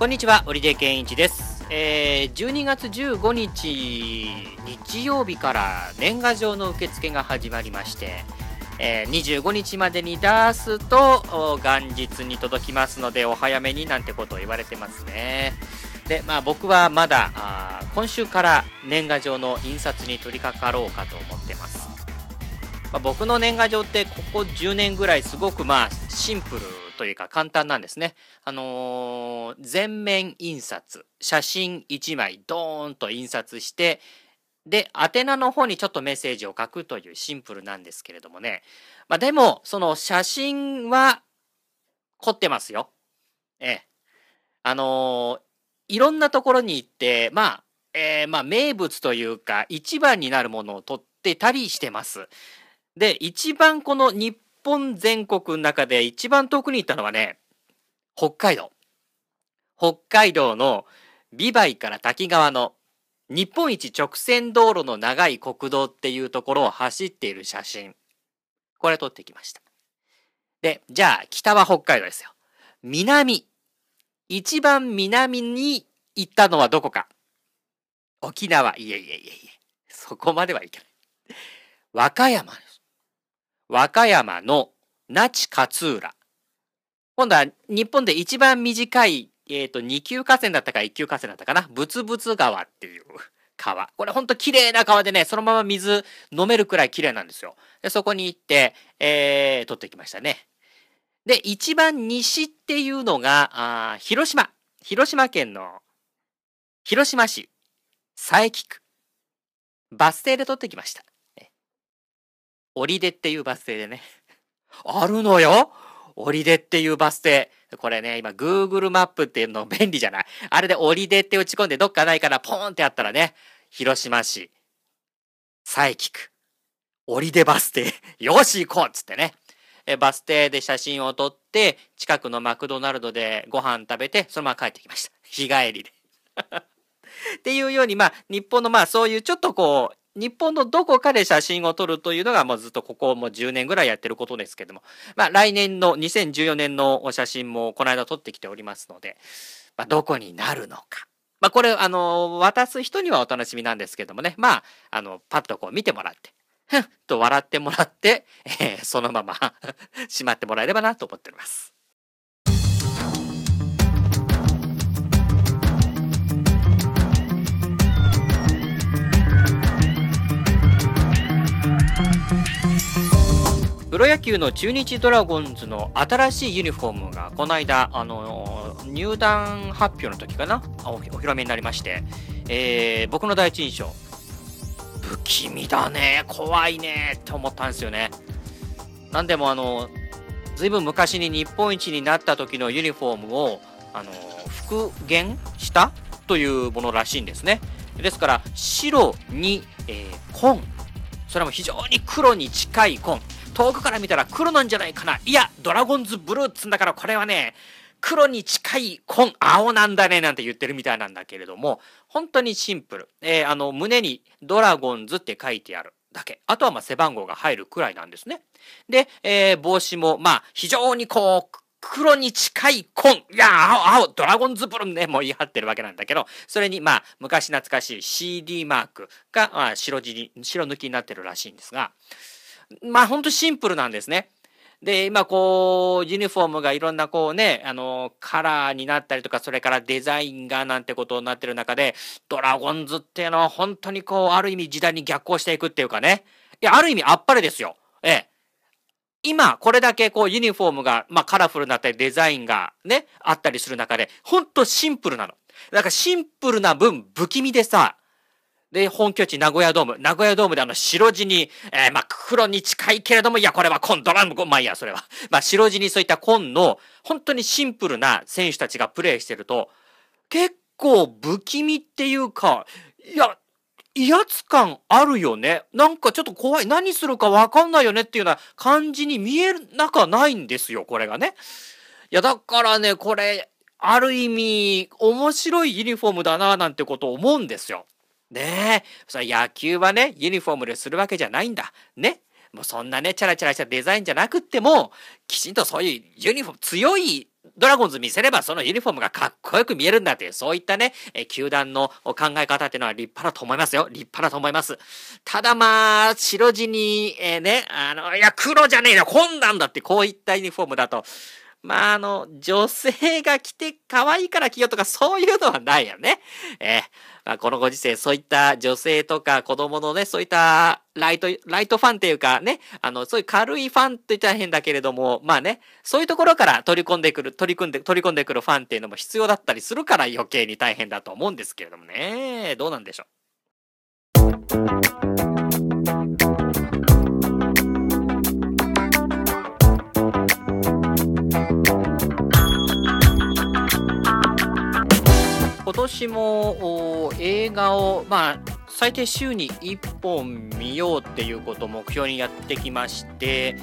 こんにちは、織出健一です。12月15日日曜日から年賀状の受付が始まりまして、25日までに出すと元日に届きますのでお早めになんてことを言われてますね。で、僕はまだ今週から年賀状の印刷に取り掛かろうかと思ってます。僕の年賀状ってここ10年ぐらいすごくシンプルというか簡単なんですね。全面印刷、写真1枚ドーンと印刷して、で、宛名の方にちょっとメッセージを書くというシンプルなんですけれどもね。でも、その写真は凝ってますよ。いろんなところに行って、名物というか、一番になるものを撮ってたりしてます。で、一番この日本全国の中で一番遠くに行ったのはね、北海道。北海道の美唄から滝川の日本一直線道路の長い国道っていうところを走っている写真。これ撮ってきました。で、じゃあ北は北海道ですよ。南。一番南に行ったのはどこか。沖縄。いえ。そこまではいけない。和歌山です。和歌山の那智勝浦。今度は日本で一番短い、2級河川だったか1級河川だったかな。ぶつぶつ川っていう川。これほんと綺麗な川でね、そのまま水飲めるくらい綺麗なんですよ。でそこに行って、撮ってきましたね。で、一番西っていうのが、広島。広島県の広島市佐伯区。バス停で撮ってきました。織出っていうバス停でね。あるのよ織出っていうバス停。これね、今 Google マップっていうの便利じゃない？あれで織出って打ち込んでどっかないからポーンってやったらね、広島市佐伯区織出バス停。よし行こうっつってね。バス停で写真を撮って、近くのマクドナルドでご飯食べて、そのまま帰ってきました。日帰りで。っていうように、日本のそういうちょっとこう、日本のどこかで写真を撮るというのがもうずっとここもう10年ぐらいやってることですけども、来年の2014年の写真もこの間撮ってきておりますので、どこになるのか。これ渡す人にはお楽しみなんですけどもね、パッとこう見てもらって、ふんと笑ってもらって、そのまましまってもらえればなと思っております。プロ野球の中日ドラゴンズの新しいユニフォームがこの間、入団発表の時かな、お披露目になりまして、僕の第一印象、不気味だね、怖いねって思ったんですよね。なんでもずいぶん昔に日本一になった時のユニフォームを復元したというものらしいんですね。ですから白に、紺、それも非常に黒に近い紺。遠くから見たら黒なんじゃないかな。いや、ドラゴンズブルーっつんだからこれはね、黒に近い紺、青なんだねなんて言ってるみたいなんだけれども、本当にシンプル。胸にドラゴンズって書いてあるだけ。あとは背番号が入るくらいなんですね。で、帽子も非常にこう、黒に近い紺。いや、青、ドラゴンズブルーね、もう言い張ってるわけなんだけど、それに昔懐かしい CD マークが、白抜きになってるらしいんですが、ほんとシンプルなんですね。で、今こう、ユニフォームがいろんなこうね、カラーになったりとか、それからデザインがなんてことになってる中で、ドラゴンズっていうのは本当にこう、ある意味時代に逆行していくっていうかね。いや、ある意味あっぱれですよ。今、これだけこう、ユニフォームが、カラフルになったり、デザインがね、あったりする中で、ほんとシンプルなの。だからシンプルな分、不気味でさ、で、本拠地名古屋ドーム。名古屋ドームで白地に、黒に近いけれども、いや、これは紺、ドラム、いいや、それは。白地にそういった紺の、本当にシンプルな選手たちがプレーしてると、結構不気味っていうか、いや、威圧感あるよね。なんかちょっと怖い。何するかわかんないよねっていうような感じに見えなくはないんですよ、これがね。いや、だからね、これ、ある意味、面白いユニフォームだな、なんてことを思うんですよ。ねえ、それ野球はね、ユニフォームでするわけじゃないんだ。ね。もうそんなね、チャラチャラしたデザインじゃなくっても、きちんとそういうユニフォーム、強いドラゴンズ見せればそのユニフォームがかっこよく見えるんだっていう、そういったね、球団の考え方っていうのは立派だと思いますよ。立派だと思います。ただまあ、白地に、ね、いや、黒じゃねえよ、紺なんだって、こういったユニフォームだと、まあ、女性が着て可愛いから着ようとかそういうのはないよね。まあ、このご時世、そういった女性とか子供のね、そういったライトファンっていうかね、そういう軽いファンって言ったら変だけれども、まあね、そういうところから取り込んでくるファンっていうのも必要だったりするから余計に大変だと思うんですけれどもね。どうなんでしょう。今年も映画を、まあ、最低週に1本見ようっていうことを目標にやってきまして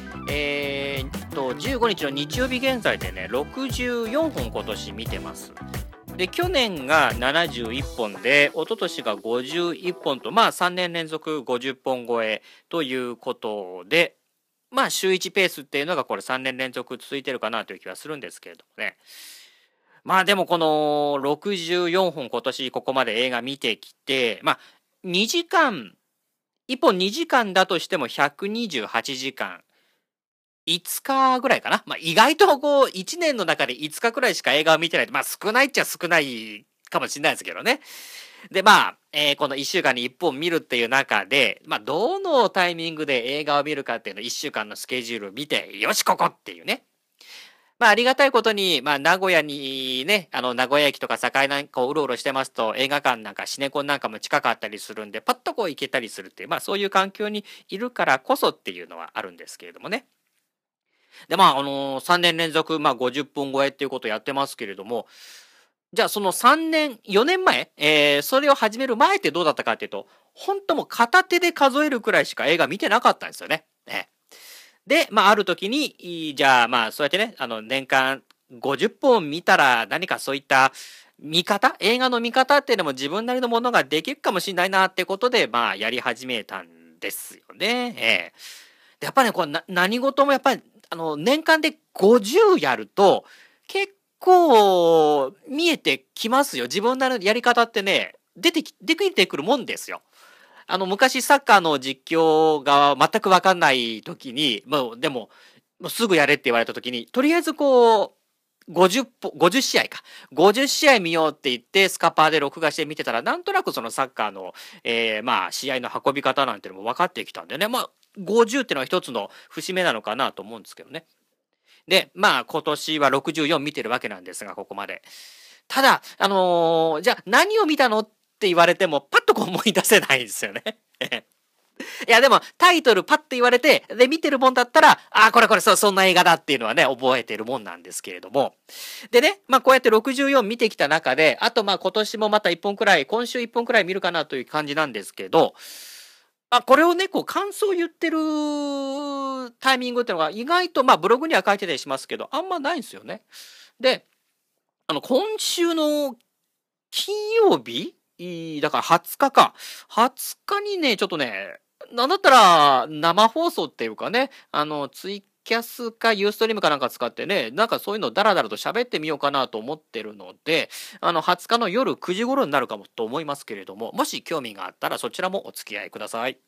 、15日の日曜日現在でね、64本今年見てます。で、去年が71本で、一昨年が51本と、まあ3年連続50本超えということで、まあ週1ペースっていうのがこれ3年連続続いてるかなという気はするんですけれどもね。まあでもこの64本今年ここまで映画見てきて、まあ2時間、1本2時間だとしても128時間、5日ぐらいかな。まあ意外とこう1年の中で5日くらいしか映画を見てない。まあ少ないっちゃ少ないかもしれないですけどね。でまあ、この1週間に1本見るっていう中で、まあどのタイミングで映画を見るかっていうのを1週間のスケジュールを見て、よしここっていうね。まあ、ありがたいことに、まあ、名古屋にね、名古屋駅とか境なんかをうろうろしてますと、映画館なんかシネコンなんかも近かったりするんで、パッとこう行けたりするっていう、まあ、そういう環境にいるからこそっていうのはあるんですけれどもね。で、まあ、3年連続、まあ、50本超えっていうことをやってますけれども、じゃあその3年、4年前、それを始める前ってどうだったかっていうと、本当もう片手で数えるくらいしか映画見てなかったんですよね。で、まあ、ある時に、じゃあ、まあ、そうやってね、年間50本見たら、何かそういった映画の見方っていうのも自分なりのものができるかもしれないなってことで、まあ、やり始めたんですよね。でやっぱりね、こう何事もやっぱり、年間で50やると、結構見えてきますよ。自分なりのやり方ってね、出てくるもんですよ。昔サッカーの実況が全く分かんない時に、でも、もうすぐやれって言われた時に、とりあえずこう、50試合か。50試合見ようって言って、スカパーで録画して見てたら、なんとなくそのサッカーの、まあ、試合の運び方なんていうのも分かってきたんでね。まあ、50っていうのは一つの節目なのかなと思うんですけどね。で、まあ、今年は64見てるわけなんですが、ここまで。ただ、じゃあ何を見たのって言われても、パッとこう思い出せないんですよね。いや、でも、タイトルパッと言われて、で、見てるもんだったら、これ、そんな映画だっていうのはね、覚えてるもんなんですけれども。でね、まあ、こうやって64見てきた中で、あと、まあ、今年もまた1本くらい、今週1本くらい見るかなという感じなんですけど、これをね、こう、感想を言ってるタイミングっていうのが、意外と、まあ、ブログには書いてたりしますけど、あんまないんですよね。で、今週の金曜日だから20日か。20日にね、ちょっとね、なんだったら生放送っていうかね、ツイキャスかユーストリームかなんか使ってね、なんかそういうのダラダラと喋ってみようかなと思ってるので、20日の夜9時頃になるかもと思いますけれども、もし興味があったらそちらもお付き合いください。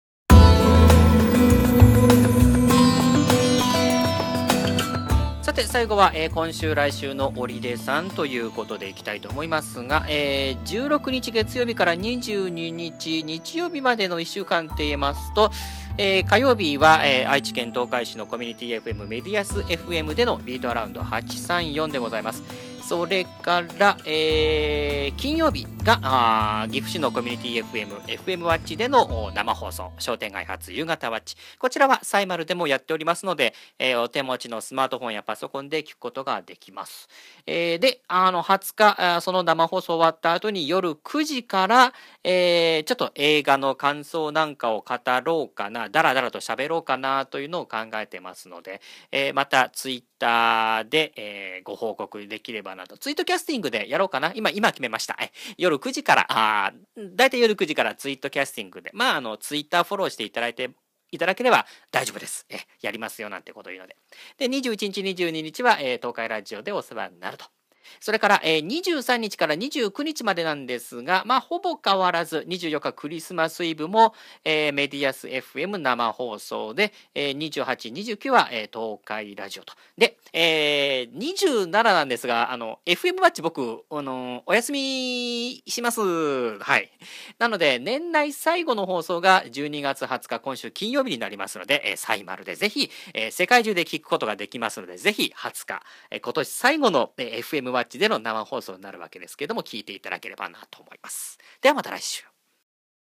さて最後は、今週来週の織出さんということでいきたいと思いますが、16日月曜日から22日日曜日までの1週間って言いますと、火曜日は、愛知県東海市のコミュニティ FM メディアス FM でのビートアラウンド834でございます。それから、金曜日が岐阜市のコミュニティ FM ワッチでの生放送、商店街発夕方ワッチ。こちらはサイマルでもやっておりますので、お手持ちのスマートフォンやパソコンで聞くことができます。で、20日、その生放送終わった後に夜9時から、ちょっと映画の感想なんかを語ろうかな、だらだらと喋ろうかなというのを考えてますので、またツイッターで、ご報告できればなと。ツイートキャスティングでやろうかな。今決めました。夜9時から、だいたい夜9時からツイートキャスティングで、ツイッターフォローしていただいていただければ大丈夫です。やりますよなんてことを言うので。で、21日、22日は、東海ラジオでお世話になると。それから、23日から29日までなんですが、まあ、ほぼ変わらず、24日クリスマスイブも、メディアス FM 生放送で、28、29は、東海ラジオと。で、27なんですが、FM バッジ僕、お休みします。はい。なので、年内最後の放送が12月20日、今週金曜日になりますので、サイマルでぜひ、世界中で聞くことができますので、ぜひ20日、今年最後の、FM ワッチでの生放送になるわけですけれども、聞いていただければなと思います。ではまた来週。